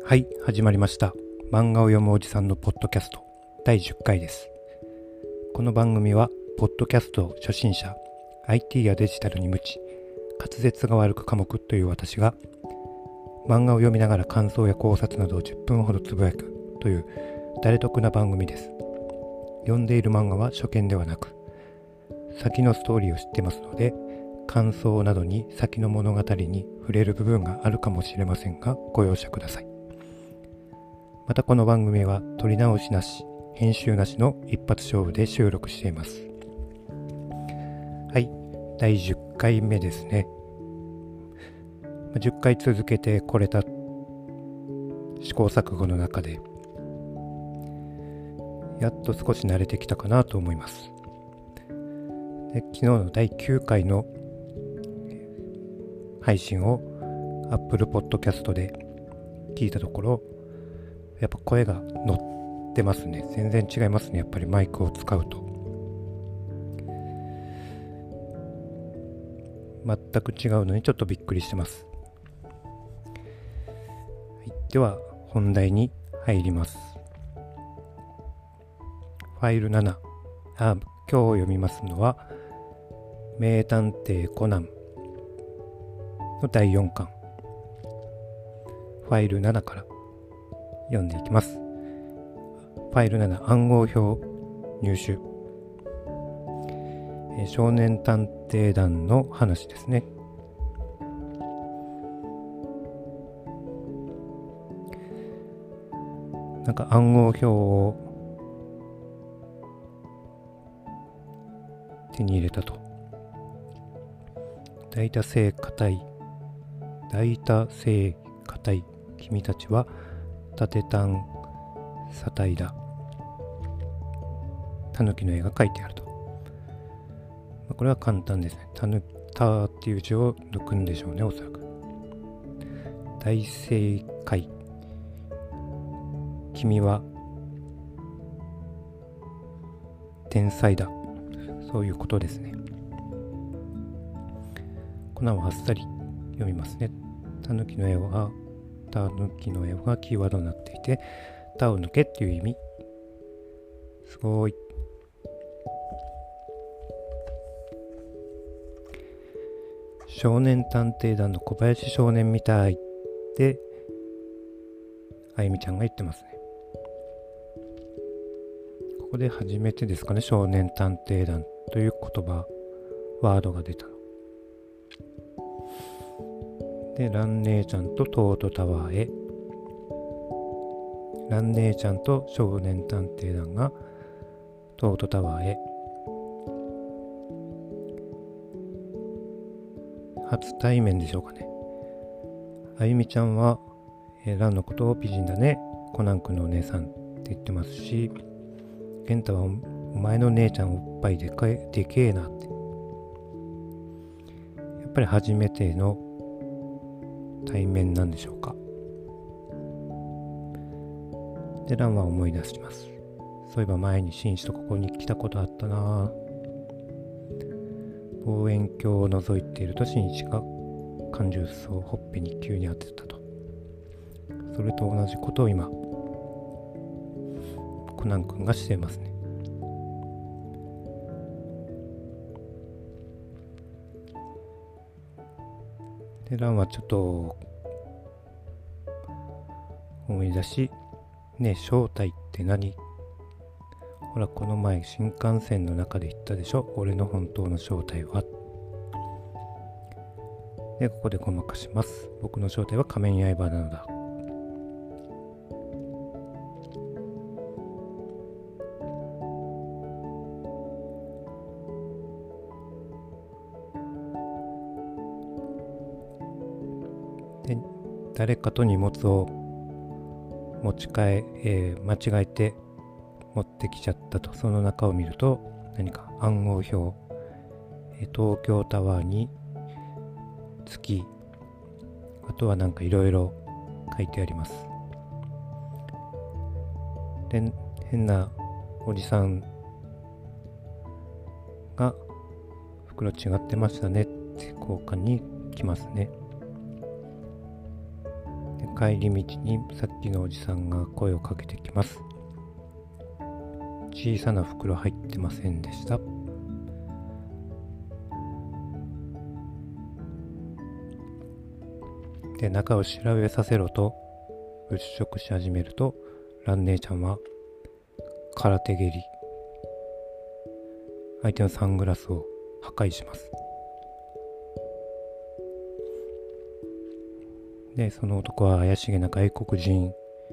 はい、始まりました。漫画を読むおじさんのポッドキャスト第10回です。この番組はポッドキャスト初心者、IT やデジタルに無知、滑舌が悪く寡黙という私が漫画を読みながら感想や考察などを10分ほどつぶやくという誰得な番組です。読んでいる漫画は初見ではなく、先のストーリーを知ってますので、感想などに先の物語に触れる部分があるかもしれませんが、ご容赦ください。またこの番組は撮り直しなし、編集なしの一発勝負で収録しています。はい、第10回目ですね。10回続けてこれた試行錯誤の中で、やっと少し慣れてきたかなと思います。で、昨日の第9回の配信を Apple Podcast で聞いたところ、やっぱ声が乗ってますね。全然違いますね。やっぱりマイクを使うと。全く違うのにちょっとびっくりしてます。はい、では本題に入ります。ファイル7。今日読みますのは名探偵コナンの第4巻。ファイル7から読んでいきます。ファイル7、暗号表入手。少年探偵団の話ですね。なんか暗号表を手に入れたと。大多性硬い君たちは縦単サタイだ。タヌキの絵が描いてあると。これは簡単ですね。タっていう字を抜くんでしょうね、おそらく。大正解。君は天才だ。そういうことですね。コナンはあっさり読みますね。タヌキの絵がキーワードになっていて、タを抜けっていう意味。すごい。少年探偵団の小林少年みたいってあゆみちゃんが言ってますね。ここで初めてですかね、少年探偵団という言葉ワードが出たので、ラン姉ちゃんとトートタワーへ。ラン姉ちゃんと少年探偵団がトートタワーへ。初対面でしょうかね。あゆみちゃんは、ランのことを美人だね、コナン君のお姉さんって言ってますし、ケンタはお前の姉ちゃんおっぱいでけえなって。やっぱり初めての対面なんでしょうか。で、ランは思い出します。そういえば前に紳士とここに来たことあったな。望遠鏡を覗いていると紳士が缶ジュースをほっぺに急に当てたと。それと同じことを今コナン君がしていますね。で、ランはちょっと思い出し、ねえ、正体って何？ほら、この前新幹線の中で言ったでしょ、俺の本当の正体は。で、ここでごまかします。僕の正体は仮面刃なのだ。で、誰かと荷物を間違えて持ってきちゃったと。その中を見ると何か暗号表、東京タワーに月、あとはなんかいろいろ書いてあります。で、変なおじさんが袋違ってましたねって交換に来ますね。で、 帰り道にさっきのおじさんが声をかけてきます。小さな袋入ってませんでした。で、中を調べさせろと物色し始めると、蘭姉ちゃんは空手蹴り、相手のサングラスを破壊します。で、その男は怪しげな外国人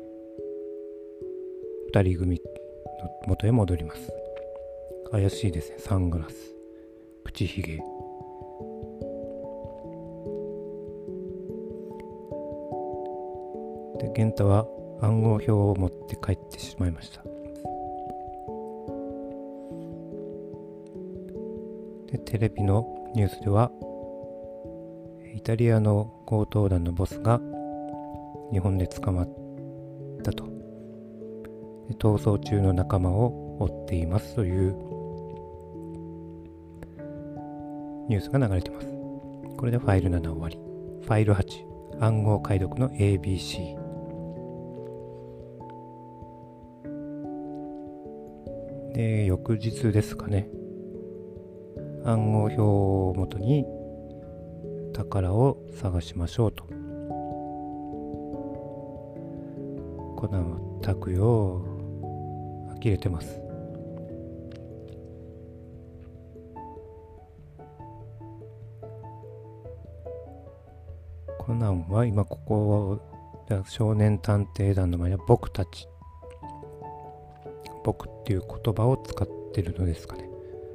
2人組の元へ戻ります。怪しいですね。サングラス、口ひげ。で、玄太は暗号表を持って帰ってしまいました。で、テレビのニュースでは、イタリアの強盗団のボスが日本で捕まったと。で、逃走中の仲間を追っていますというニュースが流れています。これでファイル7終わり。ファイル8、暗号解読の ABC。で、翌日ですかね。暗号表をもとに宝を探しましょうと。コナンはたくよ、呆れてます。コナンは今ここ少年探偵団の前では僕たち、僕っていう言葉を使ってるのですかね。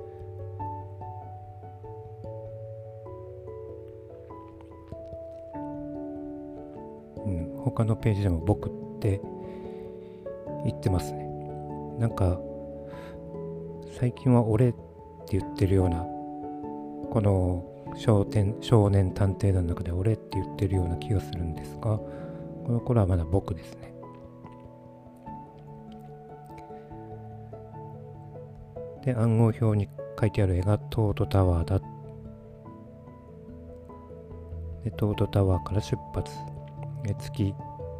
他のページでも僕って言ってますね。なんか最近は俺って言ってるような、この少年探偵団の中で俺って言ってるような気がするんですが、この頃はまだ僕ですね。で、暗号表に書いてある絵がトートタワーだ。で、トートタワーから出発。月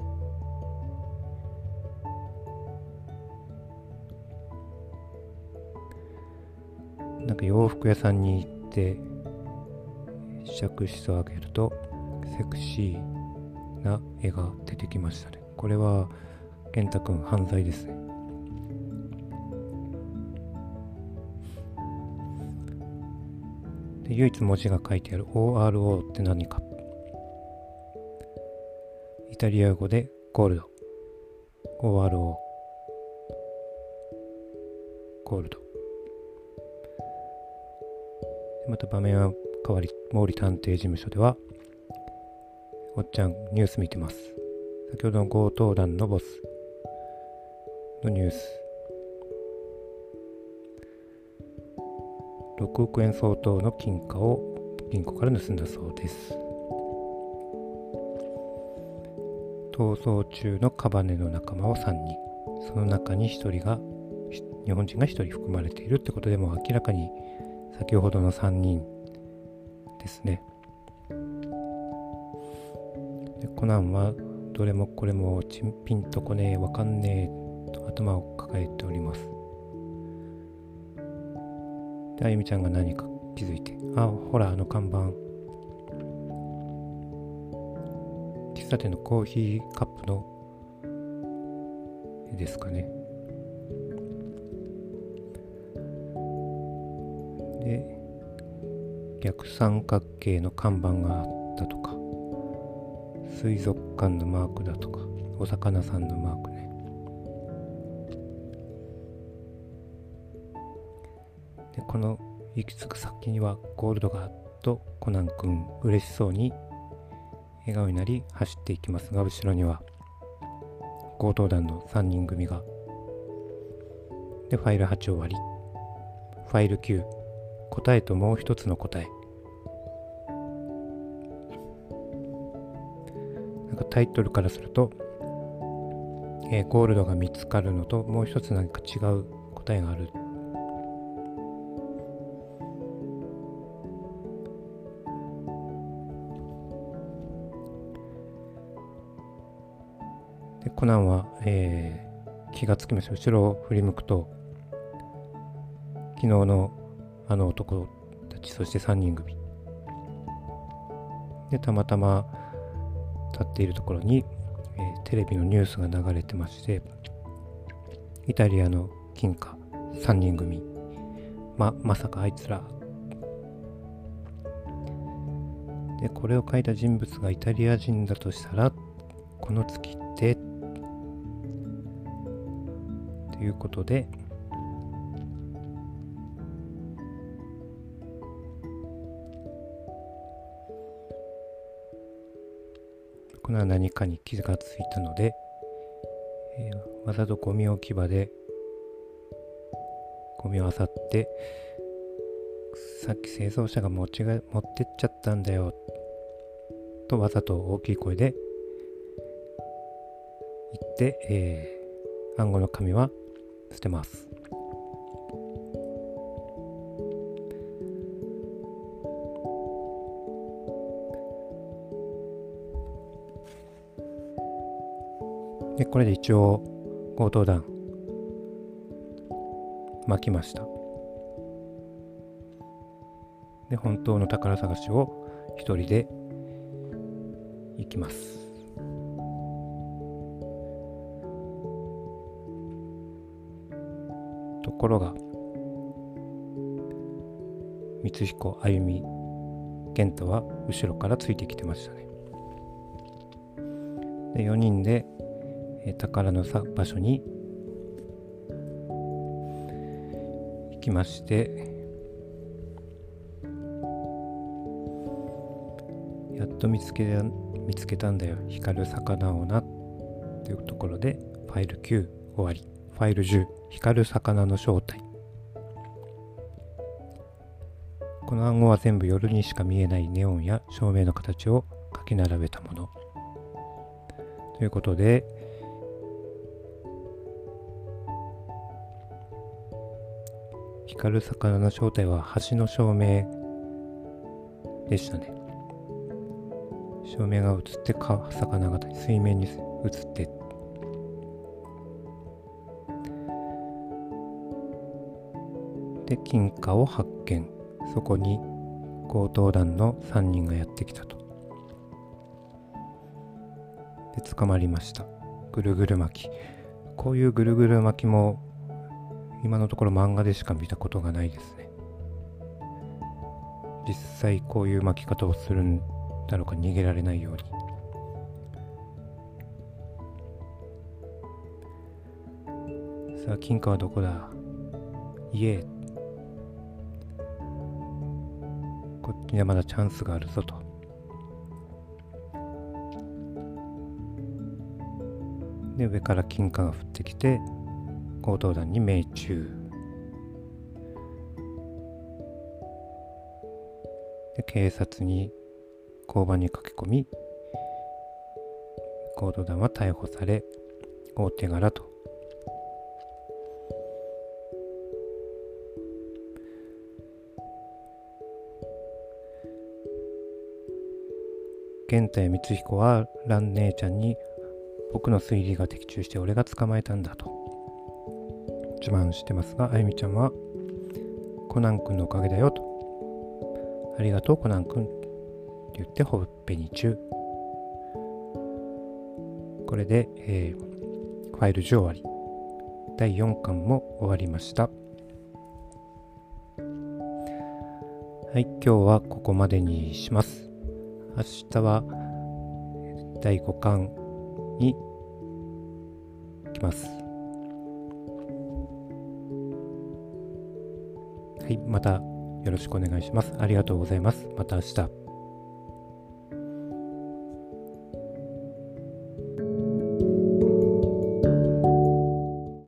なんか洋服屋さんに行って試着室を開けるとセクシーな絵が出てきましたね。これは健太くん犯罪ですね。で、唯一文字が書いてある ORO って何か。イタリア語でゴールド、 ORO ゴールド。また場面は変わり、毛利探偵事務所ではおっちゃんニュース見てます。先ほどの強盗団のボスのニュース。6億円相当の金貨を銀行から盗んだそうです。逃走中のカバネの仲間を3人、その中に1人が日本人が1人含まれているってことでも明らかに先ほどの3人ですね。で、コナンはどれもこれもピンとこねえ、わかんねえと頭を抱えております。で、あゆみちゃんが何か気づいて、あ、ほらあの看板、喫茶店のコーヒーカップの絵ですかね。で、逆三角形の看板があったとか、水族館のマークだとか、お魚さんのマークね。で、この行き着く先にはゴールドがとコナン君嬉しそうに笑顔になり走っていきますが、後ろには強盗団の3人組が。で、ファイル8終わり。ファイル9、答えともう一つの答え。なんかタイトルからすると、ゴールドが見つかるのともう一つ何か違う答えがある。 コナンは、気がつきました。後ろを振り向くと、昨日のあの男たち、そして3人組で、たまたま立っているところに、テレビのニュースが流れてまして、イタリアの金貨3人組、まさかあいつらで、これを書いた人物がイタリア人だとしたら、この月ってということで、これは何かに気がついたので、わざとゴミ置き場でゴミを漁って、さっき清掃車が持ってっちゃったんだよとわざと大きい声で言って、暗号の紙は捨てます。で、これで一応強盗団巻きました。で、本当の宝探しを一人で行きます。ところが、光彦、あゆみ、健太は後ろからついてきてましたね。で、4人で、宝の場所に行きまして、やっと見つけたんだよ、光る魚をなというところで、ファイル9終わり。ファイル10、光る魚の正体。この暗号は全部夜にしか見えないネオンや照明の形を書き並べたものということで、光る魚の正体は橋の照明でしたね。照明が映って魚が水面に映って、で、金貨を発見。そこに強盗団の3人がやってきたと。で、捕まりました。ぐるぐる巻き。こういうぐるぐる巻きも今のところ漫画でしか見たことがないですね。実際こういう巻き方をするんだろうか、逃げられないように。さあ、金貨はどこだ？言え。こっちにはまだチャンスがあるぞと。で、上から金貨が降ってきて、強盗団に命中。で、警察に交番に駆け込み、強盗団は逮捕され、大手柄と。健太や光彦は蘭姉ちゃんに、僕の推理が的中して俺が捕まえたんだと自慢してますが、あゆみちゃんはコナン君のおかげだよと、ありがとうコナン君って言ってほっぺにチュー。これで、ファイル10終わり。第4巻も終わりました。はい、今日はここまでにします。明日は第5巻に行きます。はい、またよろしくお願いします。ありがとうございます。また明日。